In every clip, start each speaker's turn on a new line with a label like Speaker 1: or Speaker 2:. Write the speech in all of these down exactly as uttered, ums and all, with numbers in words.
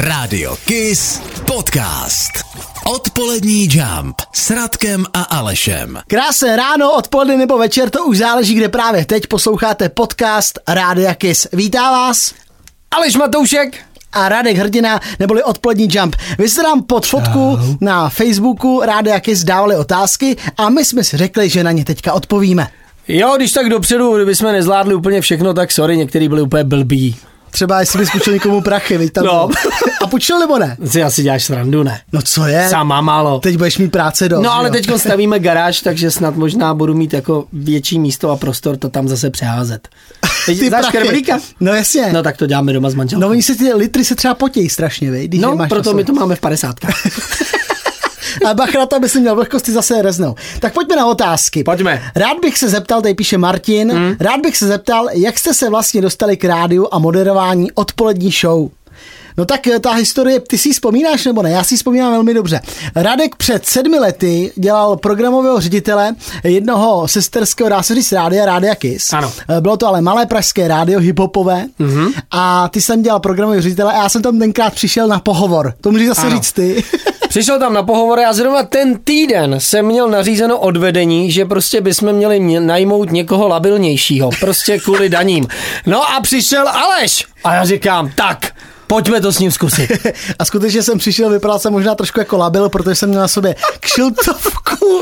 Speaker 1: Rádio Kiss Podcast. Odpolední Jump s Radkem a Alešem.
Speaker 2: Krásné ráno, odpoledne nebo večer, to už záleží, kde právě teď posloucháte podcast Rádia Kiss. Vítá vás
Speaker 3: Aleš Matoušek
Speaker 2: a Radek Hrdina, neboli Odpolední Jump. Vy jste nám pod fotku Čau. na Facebooku Rádia Kiss dávali otázky a my jsme si řekli, že na ně teďka odpovíme.
Speaker 3: Jo, když tak dopředu, kdybychom nezvládli úplně všechno, tak sorry, některý byli úplně blbí.
Speaker 2: Třeba jestli bys půjčil někomu prachy, viď tam.
Speaker 3: No.
Speaker 2: A půjčil nebo ne?
Speaker 3: Si asi děláš srandu, ne?
Speaker 2: No co je?
Speaker 3: Sám mám málo.
Speaker 2: Teď budeš mít práce dost.
Speaker 3: No ale
Speaker 2: jo?
Speaker 3: teď stavíme garáž, takže snad možná budu mít jako větší místo a prostor to tam zase přeházet. Teď
Speaker 2: Ty
Speaker 3: znáš Kerblíka?
Speaker 2: No jasně.
Speaker 3: No tak to děláme doma s manželkou.
Speaker 2: No oni se ty litry se třeba potějí strašně, vej? Když
Speaker 3: No, proto
Speaker 2: časové.
Speaker 3: my to máme v padesátkách.
Speaker 2: A bachra, to by si měl vlhkosti zase reznou. Tak pojďme na otázky.
Speaker 3: Pojďme.
Speaker 2: Rád bych se zeptal, tady píše Martin, hmm. rád bych se zeptal, jak jste se vlastně dostali k rádiu a moderování odpolední show. No tak ta historie, ty si ji vzpomínáš nebo ne? Já si ji vzpomínám velmi dobře. Radek před sedmi lety dělal programového ředitele jednoho sesterského, dá se říct, rádia, Rádia Kiss.
Speaker 3: Ano.
Speaker 2: Bylo to ale malé pražské rádio, hiphopové. Mm-hmm. A ty jsem dělal programového ředitele a já jsem tam tenkrát přišel na pohovor. To můžeš zase ano. říct ty.
Speaker 3: Přišel tam na pohovor a zrovna ten týden jsem měl nařízeno od vedení, že prostě bychom měli najmout někoho labilnějšího, prostě kvůli daním. No a přišel Aleš a já říkám, tak, pojďme to s ním zkusit.
Speaker 2: A skutečně jsem přišel, vypadal jsem možná trošku jako labil, protože jsem měl na sobě kšiltovku.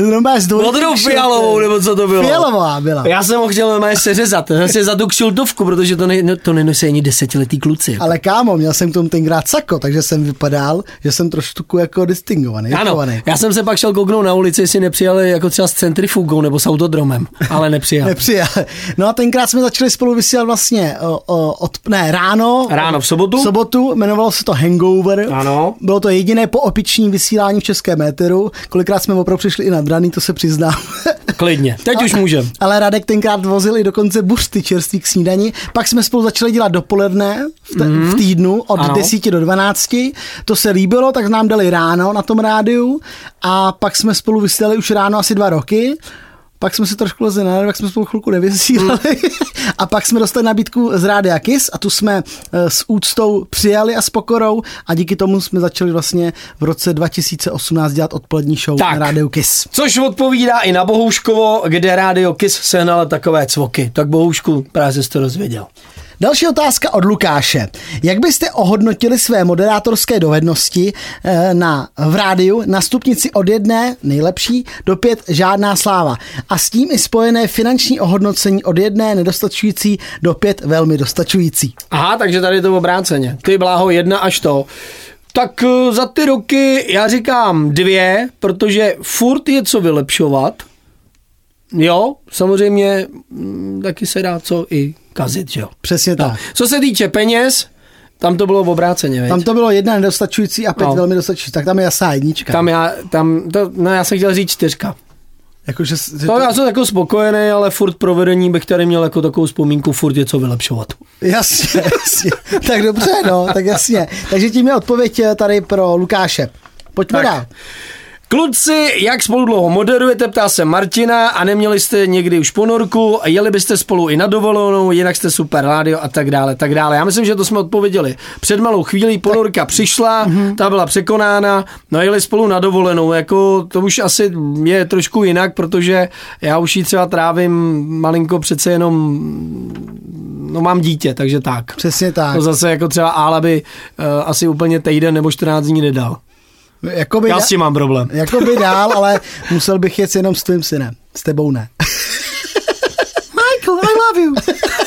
Speaker 3: Modrou fialovou, nebo co to bylo?
Speaker 2: Fialová byla.
Speaker 3: Já jsem ho chtěl normálně seřezat, se za tu kšiltovku, protože to, ne, to nenosí ani desetiletý kluci. Jako.
Speaker 2: Ale kámo, měl jsem k tomu tenkrát sako, takže jsem vypadal, že jsem trošku jako distingovaný.
Speaker 3: Ano,
Speaker 2: vychovaný.
Speaker 3: Já jsem se pak šel kouknout na ulici, jestli nepřijali jako třeba s centrifugou nebo s autodromem, ale nepřijal.
Speaker 2: nepřijal. No a tenkrát jsme začali spolu vysílat vlastně o, o, od, ne, ráno.
Speaker 3: Ráno v sobotu.
Speaker 2: V sobotu, jmenovalo se to Hangover.
Speaker 3: Ano.
Speaker 2: Bylo to jediné poopiční vysílání v českém éteru. Kolikrát jsme opravdu přišli i nad raný, to se přiznám.
Speaker 3: Klidně, teď
Speaker 2: ale,
Speaker 3: už můžem.
Speaker 2: Ale Radek tenkrát vozil i dokonce buřty čerstvý k snídani. Pak jsme spolu začali dělat dopoledne v, te, mm. v týdnu od ano. deseti do dvanácti. To se líbilo, tak nám dali ráno na tom rádiu a pak jsme spolu vysílali už ráno asi dva roky. Pak jsme se trošku lezli na tak jsme spolu chvilku nevysílali. Mm. A pak jsme dostali nabídku z Rádia Kiss a tu jsme s úctou přijali a s pokorou a díky tomu jsme začali vlastně v roce dva tisíce osmnáct dělat odpolední show tak, na Rádiu Kiss.
Speaker 3: Což odpovídá i na Bohouškovo, kde Rádio Kiss sehnalo takové cvoky. Tak Bohoušku, právě jsi to dozvěděl.
Speaker 2: Další otázka od Lukáše. Jak byste ohodnotili své moderátorské dovednosti na, v rádiu na stupnici od jedné, nejlepší, do pět, žádná sláva? A s tím i spojené finanční ohodnocení od jedné, nedostačující, do pět, velmi dostačující.
Speaker 3: Aha, takže tady je to obráceně. Ty bláho jedna až to. Tak za ty roky já říkám dvě, protože furt je co vylepšovat. Jo, samozřejmě taky se dá co i kazit, že jo.
Speaker 2: Přesně tak.
Speaker 3: No. Co se týče peněz, tam to bylo v obráceně, veď?
Speaker 2: Tam to bylo jedna nedostačující a pět no. velmi dostačující, tak tam je jasná jednička.
Speaker 3: Tam já, tam, to, no já jsem chtěl říct čtyřka.
Speaker 2: Jako, že, že
Speaker 3: to, to... Já jsem jako spokojený, ale furt provedení bych tady měl jako takovou vzpomínku, furt je co vylepšovat.
Speaker 2: Jasně, jasně. Tak dobře, no, tak jasně. Takže tím je odpověď tady pro Lukáše. Pojďme
Speaker 3: tak.
Speaker 2: dál.
Speaker 3: Kluci, jak spolu dlouho moderujete, ptá se Martina, a neměli jste někdy už ponorku, jeli byste spolu i na dovolenou, jinak jste super rádio a tak dále, tak dále. Já myslím, že to jsme odpověděli. Před malou chvílí ponorka tak. přišla, mm-hmm. ta byla překonána, no jeli spolu na dovolenou, jako to už asi je trošku jinak, protože já už jí třeba trávím malinko přece jenom, no mám dítě, takže tak.
Speaker 2: Přesně tak.
Speaker 3: To zase jako třeba Ála by uh, asi úplně týden nebo čtrnáct dní nedal.
Speaker 2: Jakoby
Speaker 3: Já s tím mám problém.
Speaker 2: Jakoby dál, ale musel bych jet jenom s tvým synem. S tebou ne.
Speaker 3: Michael, I love you.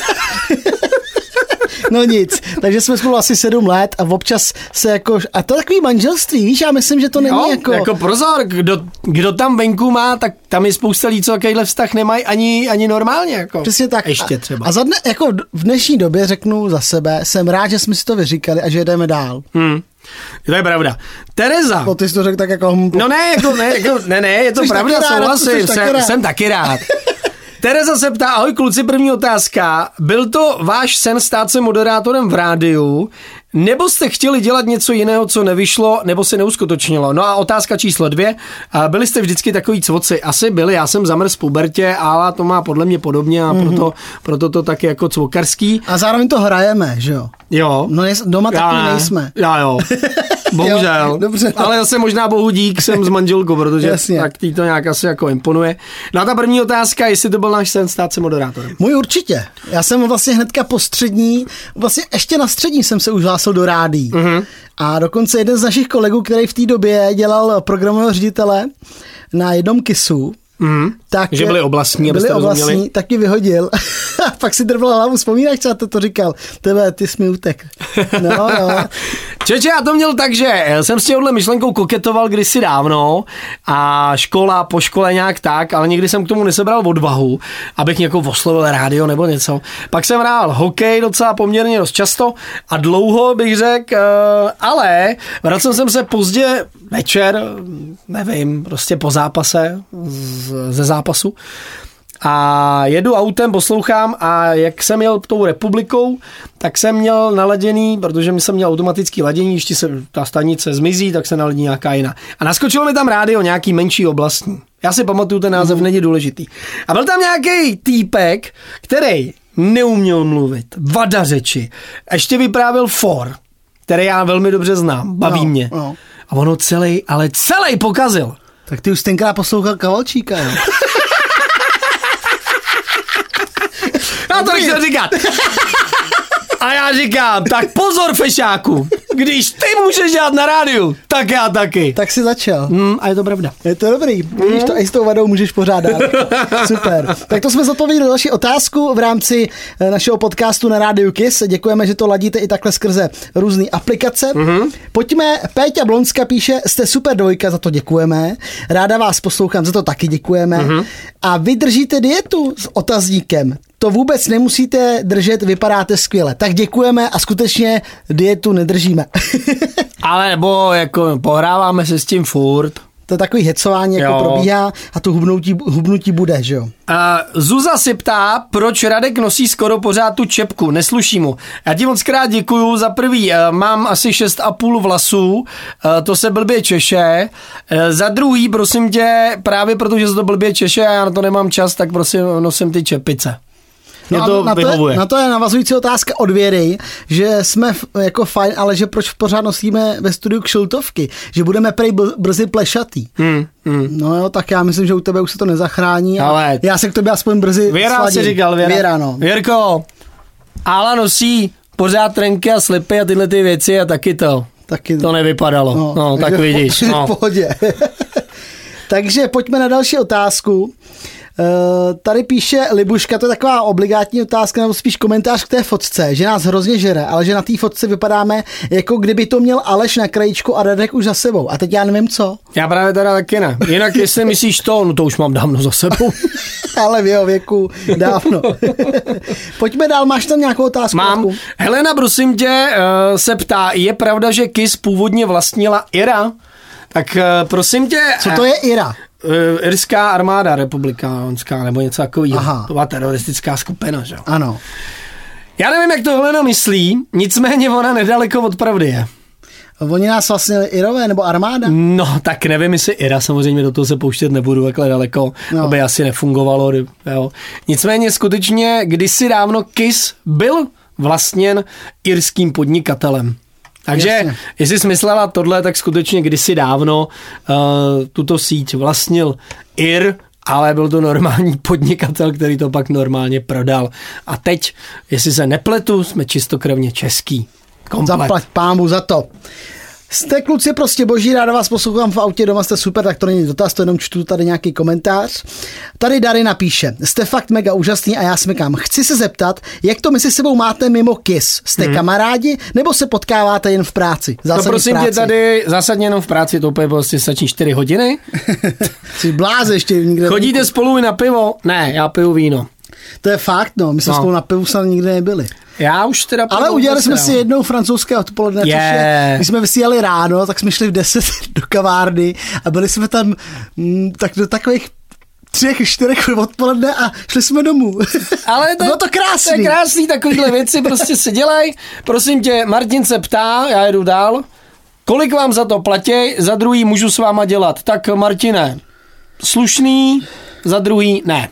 Speaker 2: No nic, takže jsme spolu asi sedm let a občas se jako, a to takový manželství, víš, já myslím, že to není
Speaker 3: jo,
Speaker 2: jako...
Speaker 3: jako prozor, kdo, kdo tam venku má, tak tam je spousta lidí, co takovýhle vztah nemají ani, ani normálně, jako.
Speaker 2: Přesně tak.
Speaker 3: Ještě třeba.
Speaker 2: A, a za dne, jako v dnešní době řeknu za sebe, jsem rád, že jsme si to vyříkali a že jdeme dál.
Speaker 3: Hmm. To je pravda. Tereza.
Speaker 2: No, ty jsi to řekl tak jako...
Speaker 3: No ne, jako, ne, jako, ne, ne, je to pravda, souhlasím, jsem, jsem taky rád. Tereza se ptá, ahoj kluci, první otázka. Byl to váš sen stát se moderátorem v rádiu? Nebo jste chtěli dělat něco jiného, co nevyšlo, nebo se neuskutečnilo? No a otázka číslo dvě. Byli jste vždycky takový cvoci? Asi byli, já jsem zamrz v pubertě, ale to má podle mě podobně a proto, mm-hmm. proto to taky jako cvokarský.
Speaker 2: A zároveň to hrajeme, že jo?
Speaker 3: Jo.
Speaker 2: No doma taky ne. nejsme.
Speaker 3: Já jo. Bohužel.
Speaker 2: Jo, dobře.
Speaker 3: Ale zase možná bohu dík jsem s manželkou, protože Jasně. tak tý to nějak asi jako imponuje. No a ta první otázka, jestli to byl náš sen stát se moderátorem.
Speaker 2: Můj určitě. Já jsem vlastně hnedka po střední, vlastně ještě na střední jsem se už hlásil do rádií. Mm-hmm. A dokonce jeden z našich kolegů, který v té době dělal programového ředitele na jednom kisu,
Speaker 3: Mm, tak že byli oblastní,
Speaker 2: byli oblastní, tak mi vyhodil. A pak si drvil hlavu, vzpomínáš, co to, to říkal? Tebe, ty jsi mi utek. No, no.
Speaker 3: Čeče, já to měl tak, že jsem s těmhle myšlenkou koketoval kdysi dávno a škola, po škole nějak tak, ale nikdy jsem k tomu nesebral odvahu, abych někoho oslovil rádio nebo něco. Pak jsem hrál hokej docela poměrně dost často a dlouho bych řekl, ale vracel jsem se pozdě večer, nevím, prostě po zápase z ze zápasu a jedu autem, poslouchám a jak jsem jel tou republikou, tak jsem měl naladěný, protože mi jsem měl automatický ladění, ještě se ta stanice zmizí, tak se naladí nějaká jiná. A naskočilo mi tam rádio nějaký menší oblastní. Já si pamatuju, ten název mm. není důležitý. A byl tam nějaký týpek, který neuměl mluvit, vada řeči, ještě vyprávěl for, který já velmi dobře znám, baví no, mě. No. A ono celý, ale celý pokazil.
Speaker 2: Tak ty už tenkrát poslouchal Kavalčíka, jo?
Speaker 3: Já to nechci říkat. A já říkám, tak pozor, fešáku, když ty můžeš dělat na rádiu, tak já taky.
Speaker 2: Tak si začal.
Speaker 3: Mm, a je to pravda.
Speaker 2: Je to dobrý. Mm. To, i s tou vadou můžeš pořádat. Super. Tak to jsme zodpověděli další otázku v rámci našeho podcastu na rádiu Kiss. Děkujeme, že to ladíte i takhle skrze různé aplikace. Mm-hmm. Pojďme, Péťa Blonska píše, jste super dvojka, za to děkujeme. Ráda vás poslouchám, za to taky děkujeme. Mm-hmm. A vydržíte dietu s otazníkem. To vůbec nemusíte držet, vypadáte skvěle. Tak děkujeme a skutečně dietu nedržíme.
Speaker 3: Ale nebo jako pohráváme se s tím furt.
Speaker 2: To je takový hecování, jako jo. probíhá a to hubnutí, hubnutí bude, že jo?
Speaker 3: Uh, Zuza se ptá, proč Radek nosí skoro pořád tu čepku, nesluší mu. Já ti moc krát děkuju, za prvý uh, mám asi šest a půl vlasů, uh, to se blbě češe, uh, za druhý, prosím tě, právě protože se to blbě češe a já na to nemám čas, tak prosím nosím ty čepice.
Speaker 2: No
Speaker 3: to
Speaker 2: na, to je, na to je navazující otázka od Věry, že jsme jako fajn, ale že proč pořád nosíme ve studiu kšiltovky, že budeme prej brzy plešatý. Hmm, hmm. No jo, tak já myslím, že u tebe už se to nezachrání. Ale já se k tobě aspoň brzy
Speaker 3: Věra sladím. Si říkal, Věra.
Speaker 2: Věra no.
Speaker 3: Věrko, Ála nosí pořád trenky a slipy a tyhle ty věci a taky to. Taky to nevypadalo. No, no tak vidíš. No.
Speaker 2: V pohodě. Takže pojďme na další otázku. Uh, tady píše Libuška, to je taková obligátní otázka, nebo spíš komentář k té fotce, že nás hrozně žere, ale že na té fotce vypadáme, jako kdyby to měl Aleš na krajíčku a Radek už za sebou. A teď já nevím co.
Speaker 3: Já právě teda taky ne. Jinak jestli myslíš to, no to už mám dávno za sebou.
Speaker 2: Ale v jeho věku dávno. Pojďme dál, máš tam nějakou otázku?
Speaker 3: Mám. Helena, prosím tě, uh, se ptá, je pravda, že Kiss původně vlastnila Ira? Tak uh, prosím tě...
Speaker 2: Co to je Ira?
Speaker 3: Irská armáda republikánská nebo něco takového. To byla teroristická skupina, že jo?
Speaker 2: Ano.
Speaker 3: Já nevím, jak to Helena myslí, nicméně ona nedaleko od pravdy je.
Speaker 2: Oni nás vlastně Irové nebo armáda?
Speaker 3: No, tak nevím, jestli Ira, samozřejmě do toho se pouštět nebudu takhle daleko, no. Aby asi nefungovalo. Jo. Nicméně skutečně kdysi dávno Kiss byl vlastněn irským podnikatelem. Takže Jasně. jestli jsi myslela tohle, tak skutečně kdysi dávno uh, tuto síť vlastnil Ir, ale byl to normální podnikatel, který to pak normálně prodal. A teď, jestli se nepletu, jsme čistokrevně český. Komplet.
Speaker 2: Zaplať pámu za to. Jste kluci prostě boží, ráda vás poslouchám v autě, doma jste super, tak to není dotaz, to jenom čtu tady nějaký komentář. Tady Dary napíše, jste fakt mega úžasný a já smykám. Chci se zeptat, jak to mezi sebou máte mimo Kiss? Jste hmm. kamarádi nebo se potkáváte jen v práci?
Speaker 3: Zásadně no prosím tě tady, zásadně jenom v práci, to úplně prostě stačí čtyři hodiny.
Speaker 2: Jsi bláze ještě nikde.
Speaker 3: Chodíte nevím. Spolu i na pivo? Ne, já piju víno.
Speaker 2: To je fakt, no, my jsme no. spolu na pivu snad nikdy nebyli.
Speaker 3: Já už teda...
Speaker 2: Ale udělali jsme si jednou francouzské odpoledne, yeah. což je, když jsme vysílali ráno, tak jsme šli v deset do kavárny a byli jsme tam m, tak do takových třech, čtyřech odpoledne a šli jsme domů.
Speaker 3: Ale to,
Speaker 2: bylo to krásný.
Speaker 3: To je krásný, takovýhle věci prostě se dělají. Prosím tě, Martin se ptá, já jedu dál, kolik vám za to platí, za druhý můžu s váma dělat. Tak Martine, slušný, za druhý ne.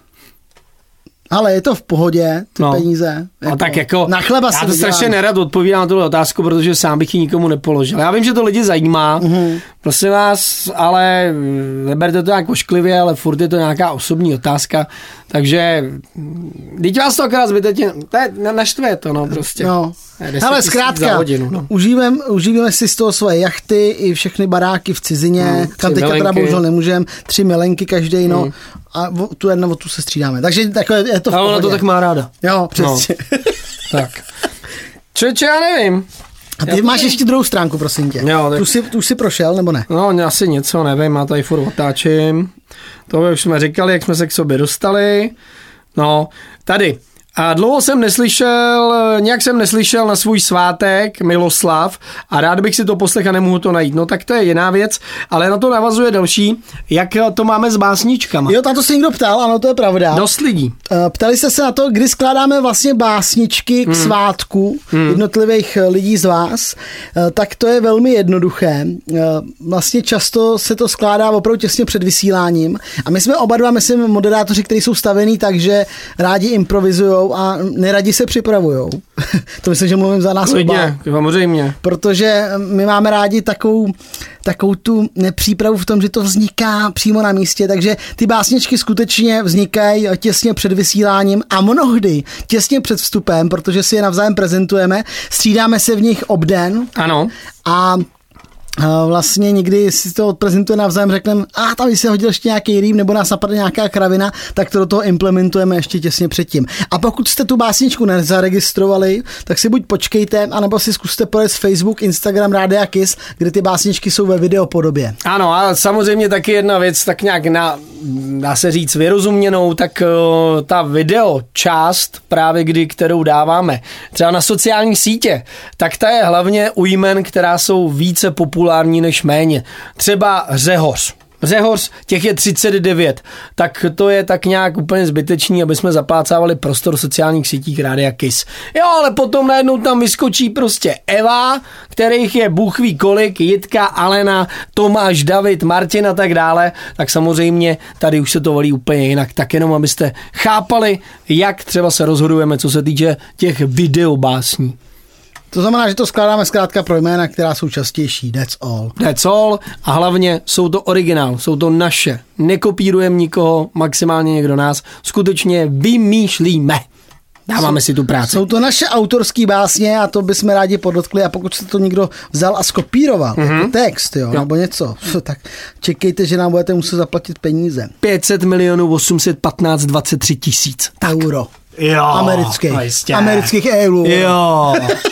Speaker 2: Ale je to v pohodě, ty no. peníze.
Speaker 3: Jako, no tak jako,
Speaker 2: na chleba
Speaker 3: já to strašně nerad odpovídám na tuhle otázku, protože sám bych ji nikomu nepoložil. Já vím, že to lidi zajímá, mm-hmm. prosím vás, ale neberte to nějak ošklivě, ale furt je to nějaká osobní otázka, takže teď vás to akorát zbytečně, naštve to, no prostě.
Speaker 2: No. Ale zkrátka, hodinu, no. užíveme, užívíme si z toho svoje jachty i všechny baráky v cizině, mm, kam teďka teda bohužel nemůžeme, tři milenky každej, no, mm. a tu jednou tu se střídáme. Takže takové je to v pohodě.
Speaker 3: Ale ona to tak má ráda.
Speaker 2: Jo, přesně.
Speaker 3: No. Tak. Čeče, já nevím.
Speaker 2: A ty já máš ještě druhou stránku, prosím tě. Jo, tak... tu, jsi, tu jsi prošel, nebo ne?
Speaker 3: No, asi něco, nevím, já tady furt otáčím. To už jsme říkali, jak jsme se k sobě dostali. No, tady. A dlouho jsem neslyšel, nějak jsem neslyšel na svůj svátek Miloslav a rád bych si to poslechl a nemohu to najít. No tak to je jiná věc, ale na to navazuje další, jak to máme s básničkama.
Speaker 2: Jo, na to se někdo ptal, ano, to je pravda.
Speaker 3: Dost lidí.
Speaker 2: Ptali jste se na to, kdy skládáme vlastně básničky k hmm. svátku hmm. jednotlivých lidí z vás, tak to je velmi jednoduché. Vlastně často se to skládá opravdu těsně před vysíláním a my jsme oba dva, myslím, moderátoři, kteří jsou stavení tak, že rádi improvizujou a neradi se připravujou. To myslím, že mluvím za nás
Speaker 3: oba.
Speaker 2: Samozřejmě. Protože my máme rádi takovou, takovou tu nepřípravu v tom, že to vzniká přímo na místě, takže ty básničky skutečně vznikají těsně před vysíláním a mnohdy těsně před vstupem, protože si je navzájem prezentujeme, střídáme se v nich obden.
Speaker 3: Ano.
Speaker 2: A vlastně někdy si to odprezentuje navzájem, řekneme, a tam se hodil ještě nějaký rým, nebo nás napadne nějaká kravina, tak to do toho implementujeme ještě těsně předtím. A pokud jste tu básničku nezaregistrovali, tak si buď počkejte, anebo si zkuste pojet Facebook, Instagram, Rádia Kiss, kde ty básničky jsou ve videopodobě.
Speaker 3: Ano, a samozřejmě taky jedna věc, tak nějak na, dá se říct, vyrozuměnou, tak uh, ta video část, právě kdy, kterou dáváme, třeba na sociální sítě, tak ta je hlavně u jmen, která jsou více populární než méně. Třeba Řehoř. Řehoř, těch je třicet devět, tak to je tak nějak úplně zbytečný, aby jsme zaplácávali prostor v sociálních sítích Rádia Kiss. Jo, ale potom najednou tam vyskočí prostě Eva, kterých je bůh ví kolik, Jitka, Alena, Tomáš, David, Martin a tak dále, tak samozřejmě tady už se to volí úplně jinak. Tak jenom, abyste chápali, jak třeba se rozhodujeme, co se týče těch videobásní.
Speaker 2: To znamená, že to skládáme zkrátka pro jména, která jsou častější. That's all.
Speaker 3: That's all. A hlavně jsou to originál, jsou to naše. Nekopírujeme nikoho, maximálně někdo nás. Skutečně vymýšlíme. Dáváme
Speaker 2: jsou,
Speaker 3: si tu práci.
Speaker 2: Jsou to naše autorské básně a to bychom rádi podotkli. A pokud se to někdo vzal a skopíroval, mm-hmm. jako text, jo, jo, nebo něco, tak čekejte, že nám budete muset zaplatit peníze.
Speaker 3: pět set milionů osm set patnáct dvacet tři tisíc.
Speaker 2: Euro.
Speaker 3: Jo.
Speaker 2: Amerických. Amerických euro.
Speaker 3: Jo.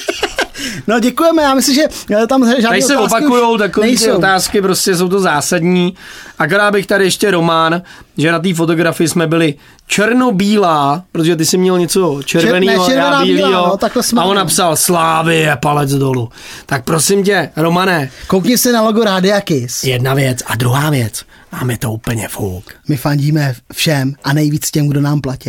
Speaker 2: No děkujeme, já myslím, že tam žádné
Speaker 3: tady se opakujou takové ty otázky, prostě jsou to zásadní. Akorát bych tady ještě Román, že na té fotografii jsme byli černobílá, protože ty jsi měl něco červeného,
Speaker 2: Čer,
Speaker 3: já bílýho,
Speaker 2: no,
Speaker 3: a on napsal Slávie, palec dolů. Tak prosím tě, Romane.
Speaker 2: Koukni se na logo Rádia Kiss.
Speaker 3: Jedna věc a druhá věc, máme to úplně fuk.
Speaker 2: My fandíme všem a nejvíc těm, kdo nám platí.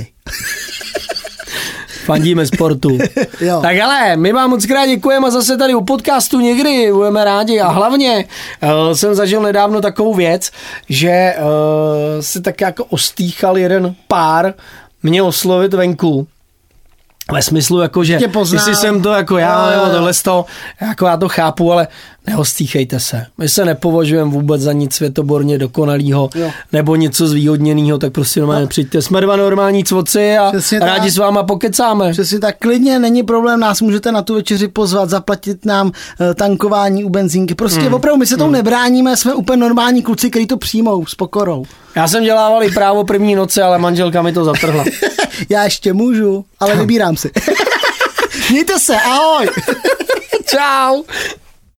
Speaker 3: Fandíme sportu. Tak ale, my vám moc krát děkujeme a zase tady u podcastu někdy budeme rádi a hlavně uh, jsem zažil nedávno takovou věc, že uh, se tak jako ostýchal jeden pár mě oslovit venku. Ve smyslu, jako, že jestli jsem to jako já, nebo tohle z toho, jako já to chápu, ale neostýchejte se. My se nepovažujeme vůbec za nic světoborně dokonalýho, jo. nebo něco zvýhodněného, tak prostě normálně no. přijďte. Jsme dva normální cvoci a Přesně rádi tak. s váma pokecáme.
Speaker 2: Přesně tak, klidně, není problém, nás můžete na tu večeři pozvat, zaplatit nám uh, tankování u benzínky. Prostě hmm. opravdu, my se tomu hmm. nebráníme, jsme úplně normální kluci, kteří to přijmou s pokorou.
Speaker 3: Já jsem dělával i právo první noci, ale manželka mi to zatrhla.
Speaker 2: Já ještě můžu, ale vybírám si. Mějte se, ahoj.
Speaker 3: Čau.